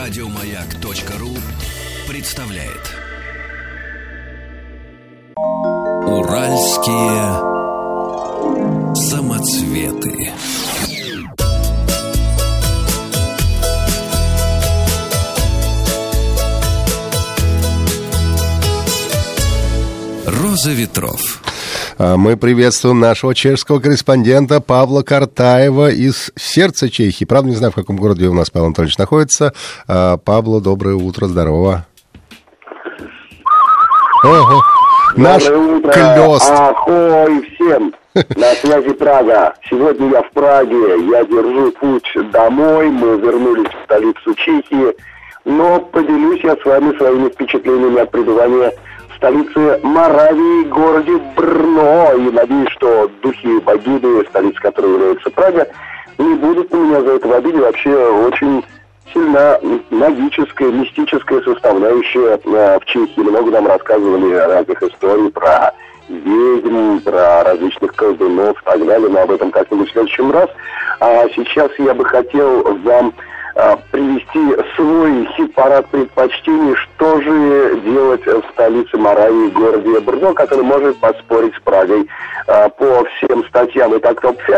Радиомаяк.ру представляет Уральские самоцветы. Роза ветров. Мы приветствуем нашего чешского корреспондента Павла Картаева из сердца Чехии. Правда, не знаю, в каком городе у нас Павел Анатольевич находится. Павло, доброе утро, здорово. Ого, наш клёст. Ахой всем! На связи Прага. Сегодня я в Праге. Я держу путь домой. Мы вернулись в столицу Чехии. Но поделюсь я с вами своими впечатлениями от пребывания в столице Моравии, городе Брно. И надеюсь, что духи богини, столица которой является Прага, не будут на меня за это в обиде. Вообще очень сильно магическая, мистическая составляющая в Чехии. Много нам рассказывали разных историй про ведьм, про различных колдунов и так далее, но об этом как-нибудь в следующем раз. А сейчас я бы хотел вам привести свой хит-парад предпочтений, что же делать в столице Моравии, городе Брно, который может поспорить с Прагой по всем статьям. Итак,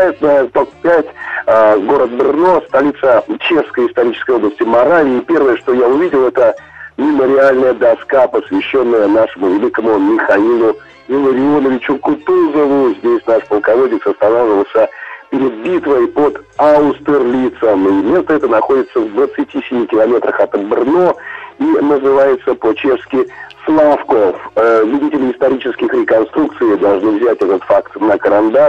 топ-5, город Брно, столица Чешской исторической области Моравии. Первое, что я увидел, это мемориальная доска, посвященная нашему великому Михаилу Илларионовичу Кутузову. Здесь наш полководец останавливался перед битвой под Аустерлицем. И место это находится в 27 километрах от Брно и называется по-чешски Славков. Любители исторических реконструкций должны взять этот факт на карандаш.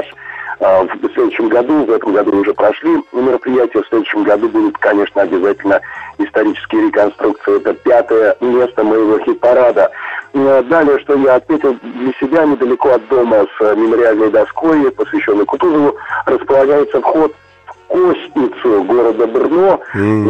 В следующем году, в этом году уже прошли мероприятия, в следующем году будут, конечно, обязательно исторические реконструкции. Это 5-е место моего хит-парада. Далее, что я отметил для себя, недалеко от дома с мемориальной доской, посвященной Кутузову, располагается вход в Костницу города Брно.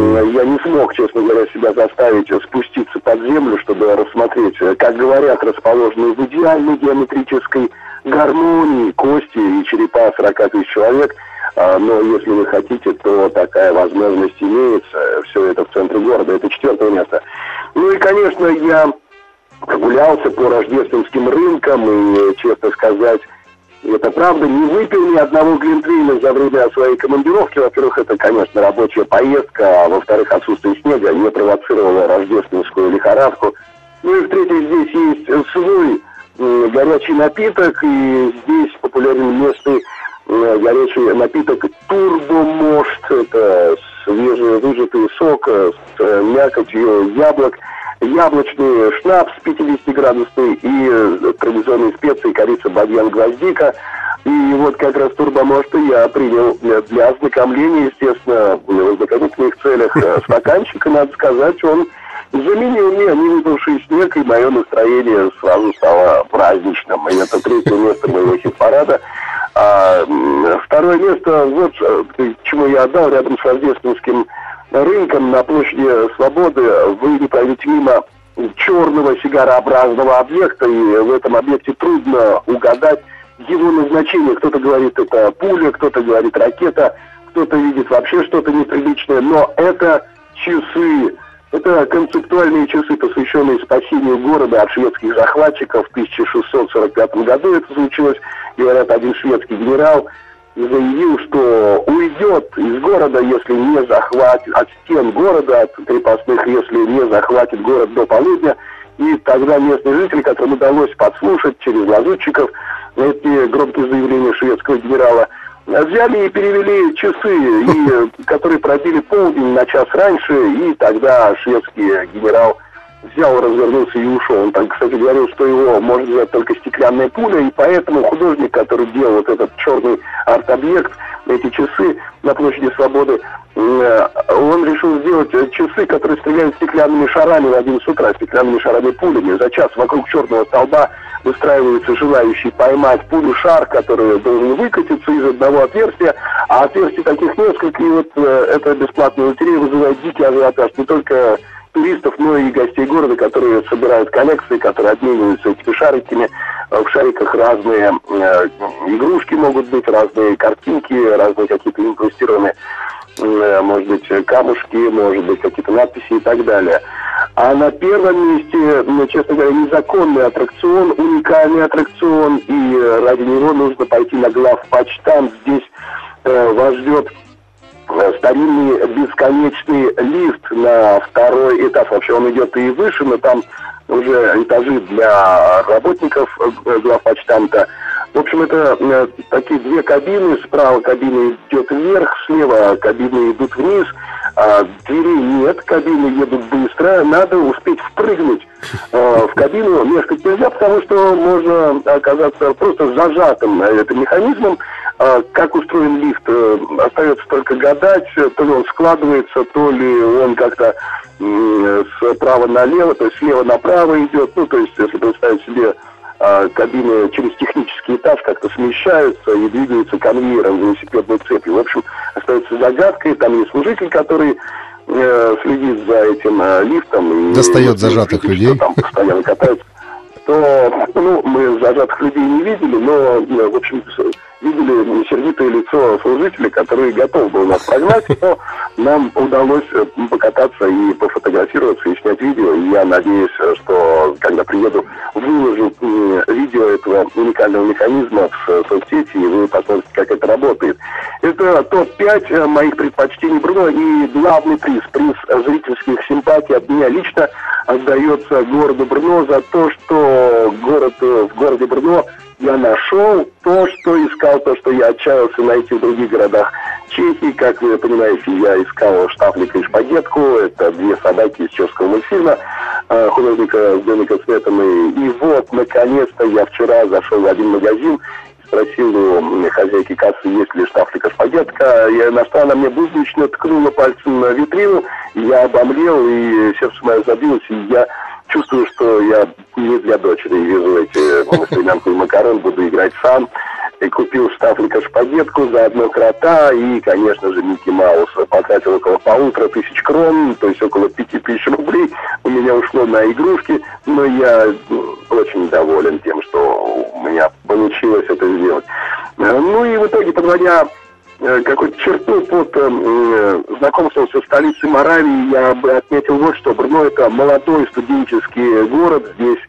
Я не смог, честно говоря, себя заставить спуститься под землю, чтобы рассмотреть, как говорят, расположенные в идеальной геометрической гармонии кости и черепа 40 тысяч человек. Но если вы хотите, то такая возможность имеется. Все это в центре города. Это 4-е место. Ну и, конечно, я прогулялся по рождественским рынкам и, честно сказать, это правда, не выпил ни одного глинтвейна за время своей командировки. Во-первых, это, конечно, рабочая поездка, а во-вторых, отсутствие снега не провоцировало рождественскую лихорадку. Ну и в-третьих, здесь есть свой горячий напиток, и здесь популярен местный горячий напиток турбомошт. Это свежевыжатый сок с мякотью яблок, яблочный шнапс 50-градусный и традиционные специи корица, бадьян, гвоздика. И вот как раз турбомошта я принял для ознакомления, естественно, в ознакомительных целях стаканчика, надо сказать, он заменил мне невыпавший снег, и мое настроение сразу стало праздничным. И это 3-е место моего хит-парада. А 2-е место, вот чему я отдал, рядом с рождественским рынком на площади Свободы. Вы не пройдете мимо черного сигарообразного объекта, и в этом объекте трудно угадать его назначение. Кто-то говорит, это пуля, кто-то говорит, ракета, кто-то видит вообще что-то неприличное, но это часы. Это концептуальные часы, посвященные спасению города от шведских захватчиков. В 1645 году это случилось. Говорят, один шведский генерал заявил, что уйдет из города, если не захватит, от стен города, от крепостных, если не захватит город до полудня. И тогда местные жители, которым удалось подслушать через лазутчиков эти громкие заявления шведского генерала, взяли и перевели часы, которые пробили полдень на час раньше, и тогда шведский генерал взял, развернулся и ушел. Он там, кстати, говорил, что его может взять только стеклянная пуля, и поэтому художник, который делал вот этот черный арт-объект, эти часы на площади Свободы, он решил сделать часы, которые стреляют стеклянными шарами в 11 утра, стеклянными шарами-пулями. За час вокруг черного столба выстраиваются желающие поймать пулю-шар, который должен выкатиться из одного отверстия, а отверстий таких несколько, и вот эта бесплатная лотерея вызывает дикий ажиотаж не только туристов, но и гостей города, которые собирают коллекции, которые обмениваются этими шариками. В шариках разные игрушки могут быть, разные картинки, разные какие-то инкрустированные может быть, камушки, может быть, какие-то надписи и так далее. А на первом месте, честно говоря, незаконный аттракцион, уникальный аттракцион, и ради него нужно пойти на главпочтамт. Здесь вас ждет старинный бесконечный лифт на второй этаж. Вообще он идет и выше, но там уже этажи для работников главпочтамта. В общем, это такие две кабины. Справа кабина идет вверх, слева кабины идут вниз. Дверей нет, кабины едут быстро. Надо успеть впрыгнуть в кабину. Мешкать нельзя, потому что можно оказаться просто зажатым этим механизмом. Как устроен лифт, остается только гадать, то ли он складывается, то ли он как-то справа налево, то есть слева направо идет. Ну, то есть, если представить себе, кабины через технический этаж как-то смещаются и двигаются конвейером, велосипедной цепью. В общем, остается загадкой. Там есть служитель, который следит за этим лифтом. Достает зажатых людей. Там постоянно катается. То, мы зажатых людей не видели, но, в общем, видели сердитое лицо служителя, который готов был нас прогнать, но нам удалось покататься и пофотографироваться, и снять видео. И я надеюсь, что, когда приеду, выложу видео этого уникального механизма в соцсети, и вы посмотрите, как это работает. Это топ-5 моих предпочтений Брно, и главный приз зрительских симпатий от меня лично отдается городу Брно за то, что в городе Брно я нашел то, что искал, то, что я отчаялся найти в других городах Чехии. Как вы понимаете, я искал Штафлика и Шпагетку. Это две собаки из чешского мультфильма художника Сденика Сметаны. И вот, наконец-то, я вчера зашел в один магазин, спросил у хозяйки кассы, есть ли Штафлика Шпагетка. На что она мне буднично ткнула пальцем на витрину. Я обомлел, и сердце мое забилось, и я чувствую, что я не для дочери везу эти стремянку и макарон, буду играть сам. И купил Штафлика Шпагетку, заодно крота, и, конечно же, Микки Маус. Потратил около 1500 крон, то есть около 5000 рублей у меня ушло на игрушки, но я очень доволен тем, что у меня получилось это сделать. Ну и в итоге, подводя какую-то черту под знакомством со столицей Моравии, я бы отметил вот что. Брно — это молодой студенческий город, здесь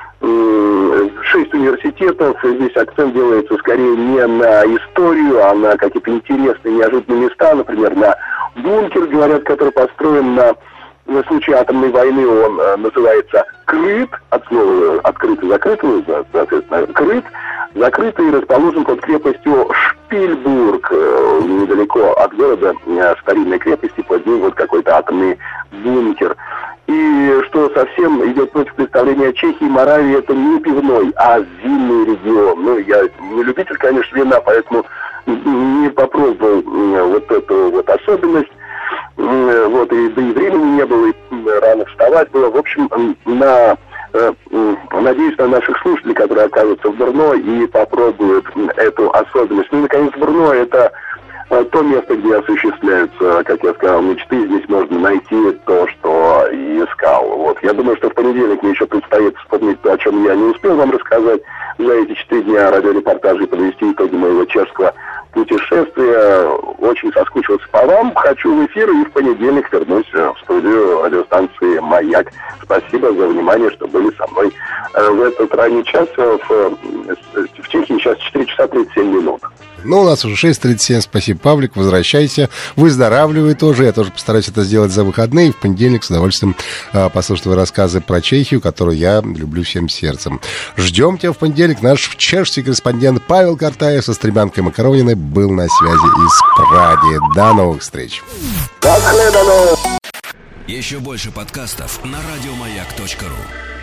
6 университетов, здесь акцент делается скорее не на историю, а на какие-то интересные, неожиданные места, например, на бункер, говорят, который построен на случай атомной войны, он называется Крыт, от слова открытый, закрытый, соответственно, Крыт, закрытый, расположен под крепостью Шпильбург, недалеко от города, старинной крепости, под ним вот какой-то атомный бункер. И что совсем идет против представления Чехии, Моравии, это не пивной, а зимний регион. Ну, я не любитель, конечно, вина, поэтому не попробовал вот эту вот особенность. Вот, и да и времени не было, и рано вставать было. В общем, надеюсь на наших слушателей, которые окажутся в Брно и попробуют эту особенность. Ну и, наконец, Брно — это то место, где осуществляются, как я сказал, мечты. Здесь можно найти то, что и искал. Вот. Я думаю, что в понедельник мне еще предстоит вспомнить то, о чем я не успел вам рассказать за эти 4 дня радиорепортажа и подвести итоги моего чешского путешествия. Очень соскучился по вам. Хочу в эфир, и в понедельник вернусь в студию радиостанции «Маяк». Спасибо за внимание, что были со мной в этот ранний час. В Чехии сейчас 4 часа 37 минут. Ну, у нас уже 6:37. Спасибо, Павлик. Возвращайся. Выздоравливай тоже. Я тоже постараюсь это сделать за выходные. И в понедельник с удовольствием послушаю твои рассказы про Чехию, которую я люблю всем сердцем. Ждем тебя в понедельник. Наш чешский корреспондент Павел Картаев со стремянкой макарониной был на связи из Праги. До новых встреч. Еще больше подкастов на радиомаяк.ру.